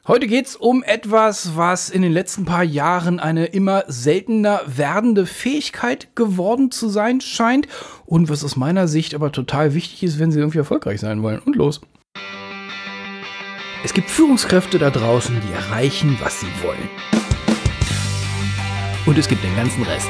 Heute geht's um etwas, was in den letzten paar Jahren eine immer seltener werdende Fähigkeit geworden zu sein scheint und was aus meiner Sicht aber total wichtig ist, wenn sie irgendwie erfolgreich sein wollen. Und los! Es gibt Führungskräfte da draußen, die erreichen, was sie wollen. Und es gibt den ganzen Rest.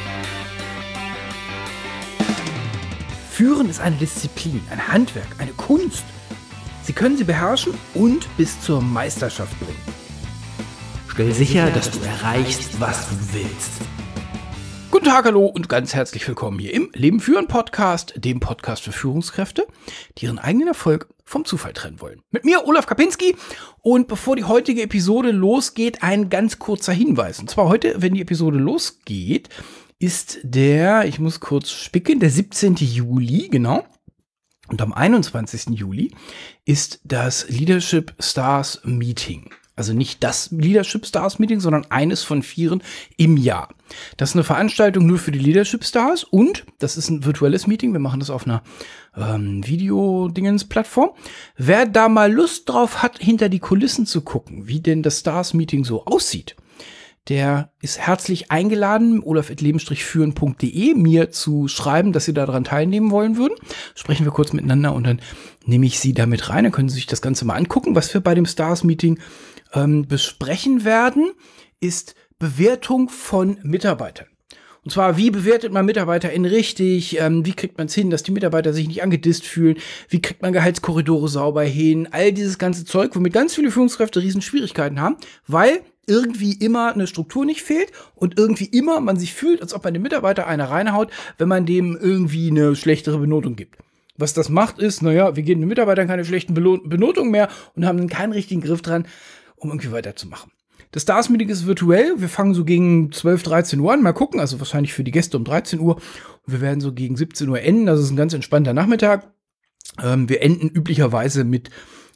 Führen ist eine Disziplin, ein Handwerk, eine Kunst. Sie können sie beherrschen und bis zur Meisterschaft bringen. Stell sicher, dass du erreichst, was du willst. Guten Tag, hallo und ganz herzlich willkommen hier im Leben führen Podcast, dem Podcast für Führungskräfte, die ihren eigenen Erfolg vom Zufall trennen wollen. Mit mir, Olaf Kapinski. Und bevor die heutige Episode losgeht, ein ganz kurzer Hinweis. Und zwar heute, wenn die Episode losgeht, ist ich muss kurz spicken, der 17. Juli, genau. Und am 21. Juli ist das Leadership Stars Meeting. Also nicht das Leadership Stars Meeting, sondern eines von 4 im Jahr. Das ist eine Veranstaltung nur für die Leadership Stars und das ist ein virtuelles Meeting. Wir machen das auf einer Video-Dingens-Plattform. Wer da mal Lust drauf hat, hinter die Kulissen zu gucken, wie denn das Stars Meeting so aussieht, der ist herzlich eingeladen, olaf@leben-führen.de, mir zu schreiben, dass Sie daran teilnehmen wollen würden. Sprechen wir kurz miteinander und dann nehme ich Sie da mit rein. Dann können Sie sich das Ganze mal angucken. Was wir bei dem Stars-Meeting besprechen werden, ist Bewertung von Mitarbeitern. Und zwar, wie bewertet man MitarbeiterInnen richtig? Wie kriegt man es hin, dass die Mitarbeiter sich nicht angedisst fühlen? Wie kriegt man Gehaltskorridore sauber hin? All dieses ganze Zeug, womit ganz viele Führungskräfte riesen Schwierigkeiten haben, weil irgendwie immer eine Struktur nicht fehlt und irgendwie immer man sich fühlt, als ob man dem Mitarbeiter eine reinhaut, wenn man dem irgendwie eine schlechtere Benotung gibt. Was das macht ist, wir geben den Mitarbeitern keine schlechten Benotungen mehr und haben dann keinen richtigen Griff dran, um irgendwie weiterzumachen. Das Stars-Meeting ist virtuell. Wir fangen so gegen 12, 13 Uhr an. Mal gucken, also wahrscheinlich für die Gäste um 13 Uhr. Und wir werden so gegen 17 Uhr enden. Das ist ein ganz entspannter Nachmittag. Wir enden üblicherweise mit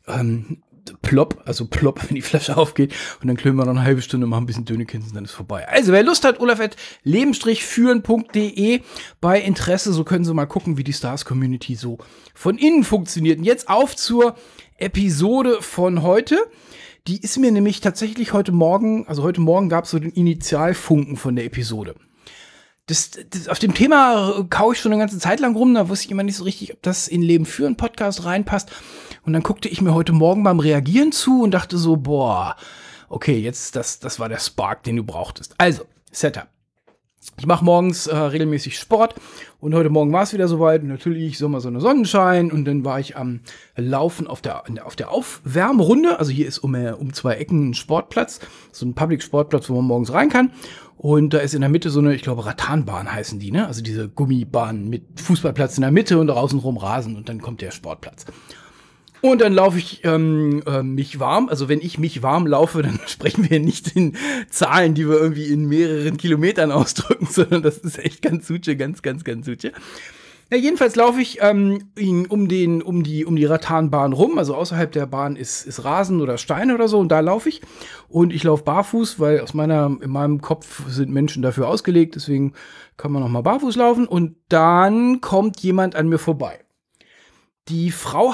Plop, wenn die Flasche aufgeht. Und dann klönen wir noch eine halbe Stunde, machen ein bisschen Dönekins und dann ist vorbei. Also wer Lust hat, olaf@leben-führen.de bei Interesse. So können Sie mal gucken, wie die Stars-Community so von innen funktioniert. Und jetzt auf zur Episode von heute. Die ist mir nämlich tatsächlich heute Morgen gab es so den Initialfunken von der Episode. Das auf dem Thema kaue ich schon eine ganze Zeit lang rum, da wusste ich immer nicht so richtig, ob das in Leben führen Podcast reinpasst. Und dann guckte ich mir heute Morgen beim Reagieren zu und dachte so, okay, jetzt das war der Spark, den du brauchtest. Also, Setup. Ich mache morgens regelmäßig Sport und heute Morgen war es wieder soweit. Natürlich Sommer, Sonnenschein und dann war ich am Laufen auf der Aufwärmrunde. Also hier ist um 2 Ecken ein Sportplatz, so ein Public-Sportplatz, wo man morgens rein kann. Und da ist in der Mitte so eine, ich glaube, Rattanbahn heißen die, ne? Also diese Gummibahn mit Fußballplatz in der Mitte und außenrum Rasen und dann kommt der Sportplatz. Und dann laufe ich mich warm. Also wenn ich mich warm laufe, dann sprechen wir nicht in Zahlen, die wir irgendwie in mehreren Kilometern ausdrücken, sondern das ist echt ganz Suche, ganz Suche. Ja, jedenfalls laufe ich um die Rattanbahn rum. Also außerhalb der Bahn ist Rasen oder Steine oder so und da laufe ich. Und ich laufe barfuß, weil in meinem Kopf sind Menschen dafür ausgelegt. Deswegen kann man noch mal barfuß laufen. Und dann kommt jemand an mir vorbei. Die Frau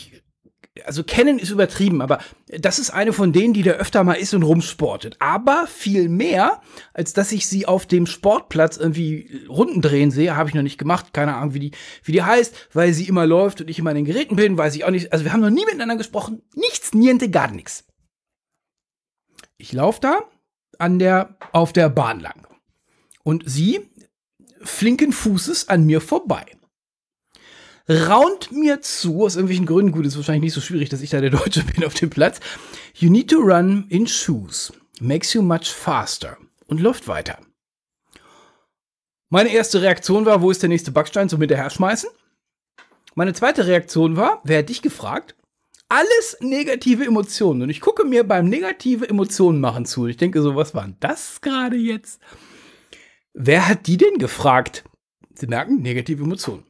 kennen ist übertrieben, aber das ist eine von denen, die da öfter mal ist und rumsportet. Aber viel mehr, als dass ich sie auf dem Sportplatz irgendwie Runden drehen sehe, habe ich noch nicht gemacht. Keine Ahnung, wie die heißt, weil sie immer läuft und ich immer in den Geräten bin, weiß ich auch nicht. Also wir haben noch nie miteinander gesprochen. Nichts, niente, gar nichts. Ich laufe da auf der Bahn lang. Und sie flinken Fußes an mir vorbei. Raunt mir zu, aus irgendwelchen Gründen, gut, ist wahrscheinlich nicht so schwierig, dass ich da der Deutsche bin auf dem Platz. You need to run in shoes. Makes you much faster. Und läuft weiter. Meine erste Reaktion war, wo ist der nächste Backstein zum hinterher schmeißen? Meine zweite Reaktion war, wer hat dich gefragt? Alles negative Emotionen. Und ich gucke mir beim negative Emotionen machen zu. Und ich denke so, was war denn das gerade jetzt? Wer hat die denn gefragt? Sie merken, negative Emotionen.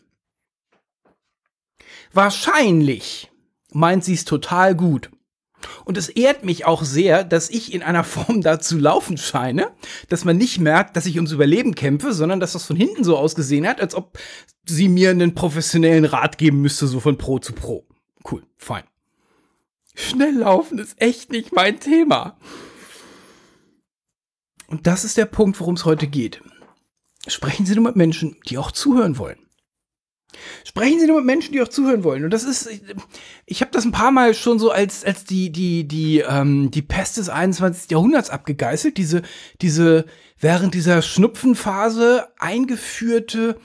Wahrscheinlich meint sie es total gut. Und es ehrt mich auch sehr, dass ich in einer Form dazu laufen scheine, dass man nicht merkt, dass ich ums Überleben kämpfe, sondern dass das von hinten so ausgesehen hat, als ob sie mir einen professionellen Rat geben müsste, so von Pro zu Pro. Cool, fein. Schnell laufen ist echt nicht mein Thema. Und das ist der Punkt, worum es heute geht. Sprechen Sie nur mit Menschen, die auch zuhören wollen. Sprechen Sie nur mit Menschen, die auch zuhören wollen. Und das ist, ich habe das ein paar Mal schon so als die Pest des 21. Jahrhunderts abgegeißelt. Diese während dieser Schnupfenphase eingeführte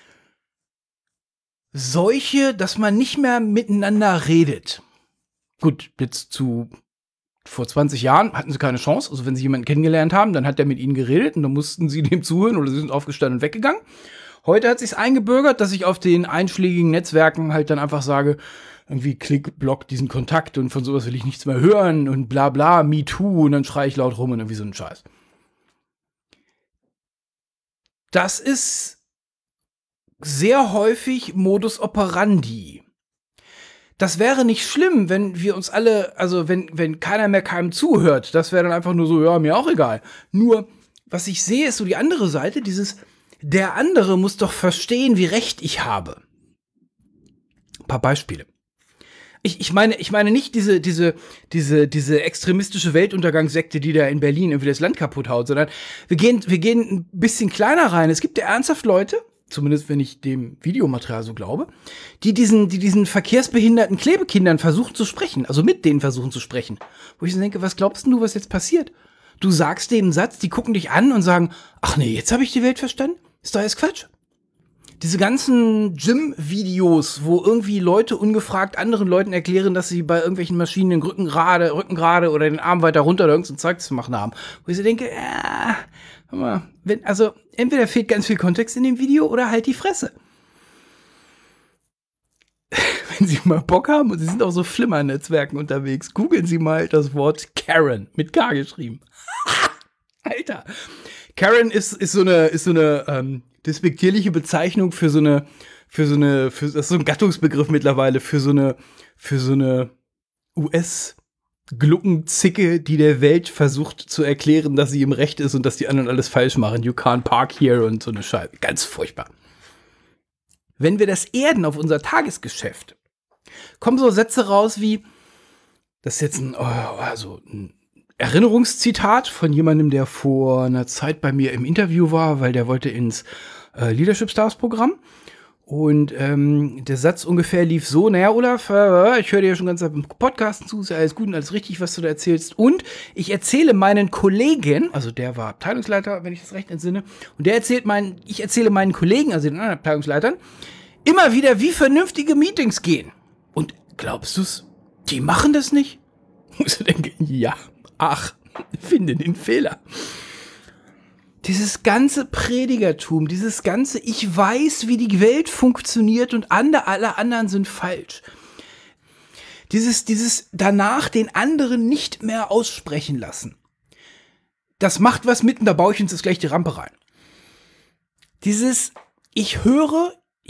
Seuche, dass man nicht mehr miteinander redet. Gut, vor 20 Jahren hatten sie keine Chance. Also wenn sie jemanden kennengelernt haben, dann hat der mit ihnen geredet und dann mussten sie dem zuhören oder sie sind aufgestanden und weggegangen. Heute hat sich's eingebürgert, dass ich auf den einschlägigen Netzwerken halt dann einfach sage, irgendwie klick, block diesen Kontakt und von sowas will ich nichts mehr hören und bla bla, me too und dann schreie ich laut rum und irgendwie so einen Scheiß. Das ist sehr häufig Modus operandi. Das wäre nicht schlimm, wenn wir uns alle, also wenn keiner mehr keinem zuhört. Das wäre dann einfach nur so, ja, mir auch egal. Nur, was ich sehe, ist so die andere Seite, der andere muss doch verstehen, wie recht ich habe. Ein paar Beispiele. Ich meine nicht diese extremistische Weltuntergangssekte, die da in Berlin irgendwie das Land kaputt haut, sondern wir gehen ein bisschen kleiner rein. Es gibt ja ernsthaft Leute, zumindest wenn ich dem Videomaterial so glaube, die diesen verkehrsbehinderten Klebekindern versuchen zu sprechen, also mit denen versuchen zu sprechen. Wo ich so denke, was glaubst du, was jetzt passiert? Du sagst denen einen Satz, die gucken dich an und sagen, ach nee, jetzt habe ich die Welt verstanden? Ist doch jetzt Quatsch. Diese ganzen Gym-Videos, wo irgendwie Leute ungefragt anderen Leuten erklären, dass sie bei irgendwelchen Maschinen den Rücken gerade oder den Arm weiter runter oder irgendein Zeug zu machen haben. Wo ich so denke, hör mal, also entweder fehlt ganz viel Kontext in dem Video oder halt die Fresse. Wenn Sie mal Bock haben und Sie sind auch so Flimmer-Netzwerken unterwegs, googeln Sie mal das Wort Karen mit K geschrieben. Alter. Karen ist so eine despektierliche Bezeichnung das ist so ein Gattungsbegriff mittlerweile für so eine US-Gluckenzicke, die der Welt versucht zu erklären, dass sie im Recht ist und dass die anderen alles falsch machen. You can't park here und so eine Scheiße. Ganz furchtbar. Wenn wir das erden auf unser Tagesgeschäft, kommen so Sätze raus wie, das ist jetzt ein Erinnerungszitat von jemandem, der vor einer Zeit bei mir im Interview war, weil der wollte ins Leadership Stars Programm. Und der Satz ungefähr lief so, naja, Olaf, ich höre dir ja schon ganz im Podcast zu, ist ja alles gut und alles richtig, was du da erzählst. Und ich erzähle meinen Kollegen, also der war Abteilungsleiter, wenn ich das recht entsinne, und ich erzähle meinen Kollegen, also den anderen Abteilungsleitern, immer wieder, wie vernünftige Meetings gehen. Und glaubst du's? Die machen das nicht? Ich denke, ja, ach, finde den Fehler. Dieses ganze Predigertum, dieses ganze, ich weiß, wie die Welt funktioniert und alle anderen sind falsch. Dieses danach den anderen nicht mehr aussprechen lassen. Das macht was mit und da baue ich uns jetzt gleich die Rampe rein. Ich höre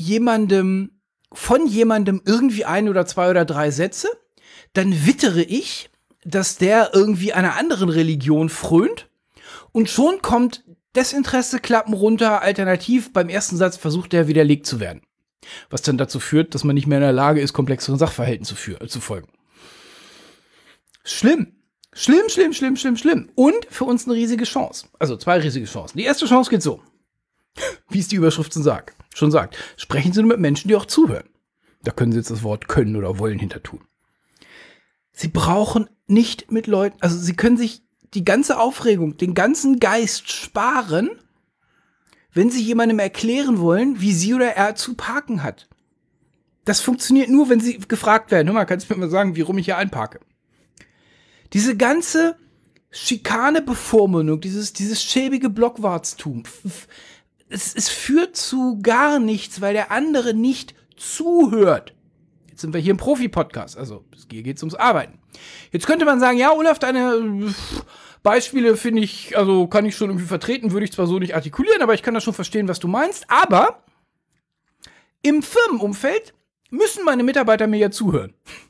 von jemandem irgendwie 1 oder 2 oder 3 Sätze, dann wittere ich, dass der irgendwie einer anderen Religion frönt und schon kommt Desinteresse, Klappen runter, alternativ beim ersten Satz versucht er widerlegt zu werden. Was dann dazu führt, dass man nicht mehr in der Lage ist, komplexeren Sachverhalten zu folgen. Schlimm. Schlimm. Und für uns eine riesige Chance. Also 2 riesige Chancen. Die erste Chance geht so. Wie es die Überschrift schon sagt. Sprechen Sie nur mit Menschen, die auch zuhören. Da können Sie jetzt das Wort können oder wollen hinter tun. Sie brauchen nicht mit Leuten, also Sie können sich die ganze Aufregung, den ganzen Geist sparen, wenn Sie jemandem erklären wollen, wie sie oder er zu parken hat. Das funktioniert nur, wenn Sie gefragt werden. Hör mal, kannst du mir mal sagen, warum ich hier einparke? Diese ganze Schikane-Bevormundung, dieses schäbige Blockwartstum, es führt zu gar nichts, weil der andere nicht zuhört. Jetzt sind wir hier im Profi-Podcast, also hier geht es ums Arbeiten. Jetzt könnte man sagen, ja, Olaf, deine Beispiele finde ich, also kann ich schon irgendwie vertreten, würde ich zwar so nicht artikulieren, aber ich kann das schon verstehen, was du meinst. Aber im Firmenumfeld müssen meine Mitarbeiter mir ja zuhören.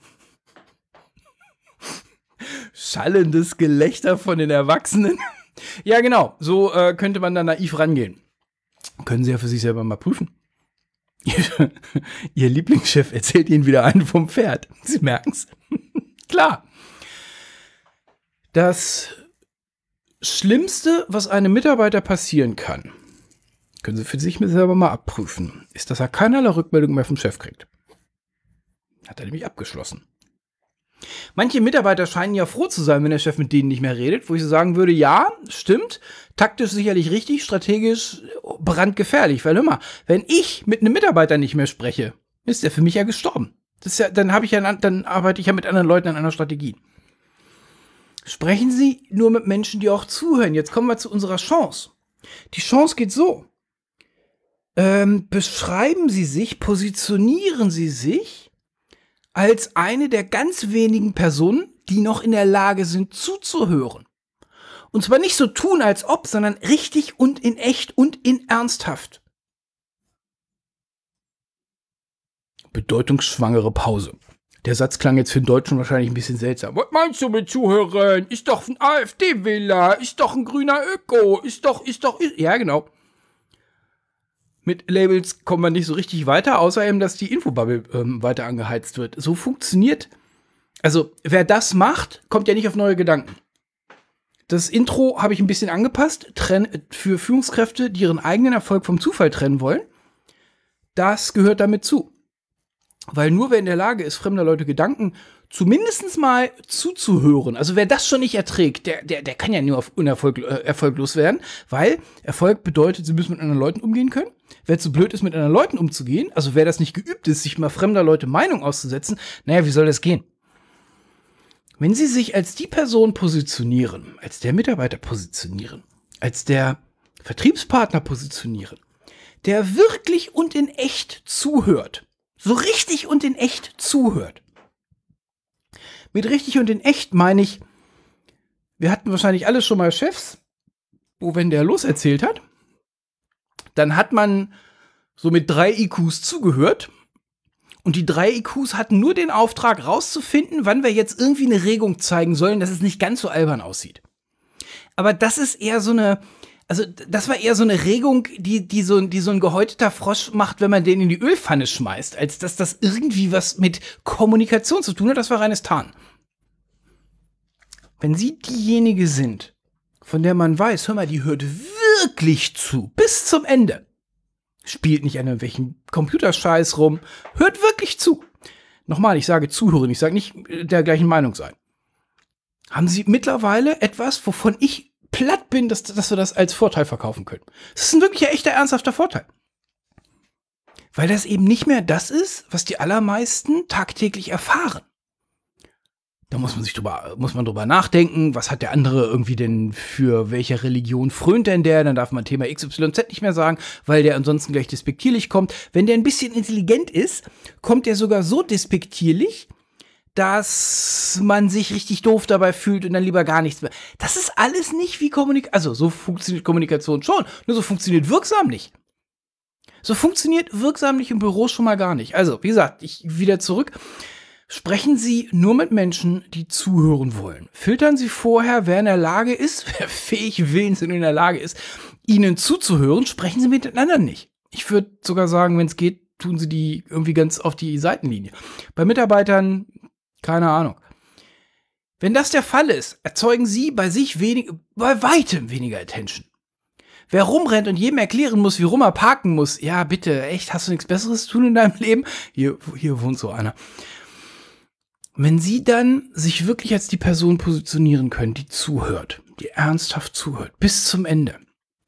Schallendes Gelächter von den Erwachsenen. Ja, genau, so könnte man da naiv rangehen. Können Sie ja für sich selber mal prüfen. Ihr Lieblingschef erzählt Ihnen wieder einen vom Pferd. Sie merken's. Klar. Das Schlimmste, was einem Mitarbeiter passieren kann, können Sie für sich selber mal abprüfen, ist, dass er keinerlei Rückmeldung mehr vom Chef kriegt. Hat er nämlich abgeschlossen. Manche Mitarbeiter scheinen ja froh zu sein, wenn der Chef mit denen nicht mehr redet, wo ich so sagen würde, ja, stimmt, taktisch sicherlich richtig, strategisch brandgefährlich, weil hör mal, wenn ich mit einem Mitarbeiter nicht mehr spreche, ist der für mich ja gestorben. Das ist ja, dann arbeite ich ja mit anderen Leuten an einer Strategie. Sprechen Sie nur mit Menschen, die auch zuhören. Jetzt kommen wir zu unserer Chance. Die Chance geht so. Beschreiben Sie sich, positionieren Sie sich als eine der ganz wenigen Personen, die noch in der Lage sind, zuzuhören. Und zwar nicht so tun, als ob, sondern richtig und in echt und in ernsthaft. Bedeutungsschwangere Pause. Der Satz klang jetzt für den Deutschen wahrscheinlich ein bisschen seltsam. Was meinst du mit Zuhörern? Ist doch ein AfD-Wähler, ist doch ein grüner Öko, ist doch. Ja, genau. Mit Labels kommen wir nicht so richtig weiter, außer eben, dass die Infobubble weiter angeheizt wird. So funktioniert. Also, wer das macht, kommt ja nicht auf neue Gedanken. Das Intro habe ich ein bisschen angepasst. Für Führungskräfte, die ihren eigenen Erfolg vom Zufall trennen wollen. Das gehört damit zu. Weil nur wer in der Lage ist, fremder Leute Gedanken zumindest mal zuzuhören, also wer das schon nicht erträgt, der kann ja nur erfolglos werden, weil Erfolg bedeutet, sie müssen mit anderen Leuten umgehen können. Wer zu blöd ist, mit anderen Leuten umzugehen, also wer das nicht geübt ist, sich mal fremder Leute Meinung auszusetzen, naja, wie soll das gehen? Wenn sie sich als die Person positionieren, als der Mitarbeiter positionieren, als der Vertriebspartner positionieren, der wirklich und in echt zuhört, so richtig und in echt zuhört. Mit richtig und in echt meine ich, wir hatten wahrscheinlich alle schon mal Chefs, wo wenn der loserzählt hat, dann hat man so mit 3 IQs zugehört und die 3 IQs hatten nur den Auftrag rauszufinden, wann wir jetzt irgendwie eine Regung zeigen sollen, dass es nicht ganz so albern aussieht. Aber das ist eher so eine, also das war eher so eine Regung, die so ein gehäuteter Frosch macht, wenn man den in die Ölpfanne schmeißt, als dass das irgendwie was mit Kommunikation zu tun hat. Das war reines Tarn. Wenn Sie diejenige sind, von der man weiß, hör mal, die hört wirklich zu, bis zum Ende, spielt nicht an irgendwelchen Computerscheiß rum, hört wirklich zu. Nochmal, ich sage zuhören, ich sage nicht der gleichen Meinung sein. Haben Sie mittlerweile etwas, wovon ich platt bin, dass wir das als Vorteil verkaufen können? Das ist ein wirklicher, echter, ernsthafter Vorteil. Weil das eben nicht mehr das ist, was die allermeisten tagtäglich erfahren. Da muss man drüber nachdenken, was hat der andere irgendwie denn für welche Religion frönt denn der? Dann darf man Thema XYZ nicht mehr sagen, weil der ansonsten gleich despektierlich kommt. Wenn der ein bisschen intelligent ist, kommt der sogar so despektierlich, dass man sich richtig doof dabei fühlt und dann lieber gar nichts mehr. Das ist alles nicht wie Kommunikation. Also so funktioniert Kommunikation schon, nur so funktioniert wirksam nicht. So funktioniert wirksam nicht im Büro schon mal gar nicht. Also, wie gesagt, wieder zurück. Sprechen Sie nur mit Menschen, die zuhören wollen. Filtern Sie vorher, wer in der Lage ist, wer fähig, willens und in der Lage ist, Ihnen zuzuhören. Sprechen Sie miteinander nicht. Ich würde sogar sagen, wenn es geht, tun Sie die irgendwie ganz auf die Seitenlinie. Bei Mitarbeitern, keine Ahnung. Wenn das der Fall ist, erzeugen Sie bei weitem weniger Attention. Wer rumrennt und jedem erklären muss, wie rum er parken muss, ja bitte, echt, hast du nichts Besseres zu tun in deinem Leben? Hier wohnt so einer. Wenn Sie dann sich wirklich als die Person positionieren können, die zuhört, die ernsthaft zuhört, bis zum Ende,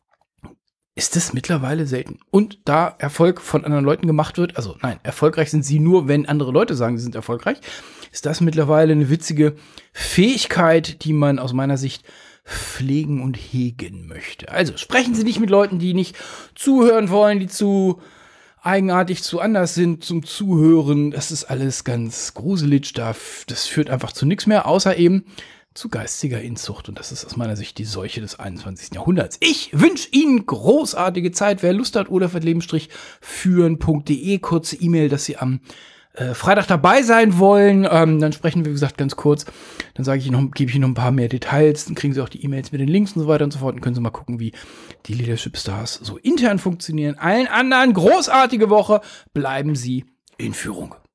ist das mittlerweile selten. Und da Erfolg von anderen Leuten gemacht wird, also nein, erfolgreich sind Sie nur, wenn andere Leute sagen, sie sind erfolgreich, ist das mittlerweile eine witzige Fähigkeit, die man aus meiner Sicht pflegen und hegen möchte. Also sprechen Sie nicht mit Leuten, die nicht zuhören wollen, die zu eigenartig, zu anders sind zum Zuhören. Das ist alles ganz gruselig. Das führt einfach zu nichts mehr, außer eben zu geistiger Inzucht. Und das ist aus meiner Sicht die Seuche des 21. Jahrhunderts. Ich wünsche Ihnen großartige Zeit. Wer Lust hat, oder@leben-führen.de, kurze E-Mail, dass Sie am Freitag dabei sein wollen, dann sprechen wir, wie gesagt, ganz kurz. Dann gebe ich Ihnen noch ein paar mehr Details. Dann kriegen Sie auch die E-Mails mit den Links und so weiter und so fort. Dann können Sie mal gucken, wie die Leadership Stars so intern funktionieren. Allen anderen großartige Woche. Bleiben Sie in Führung.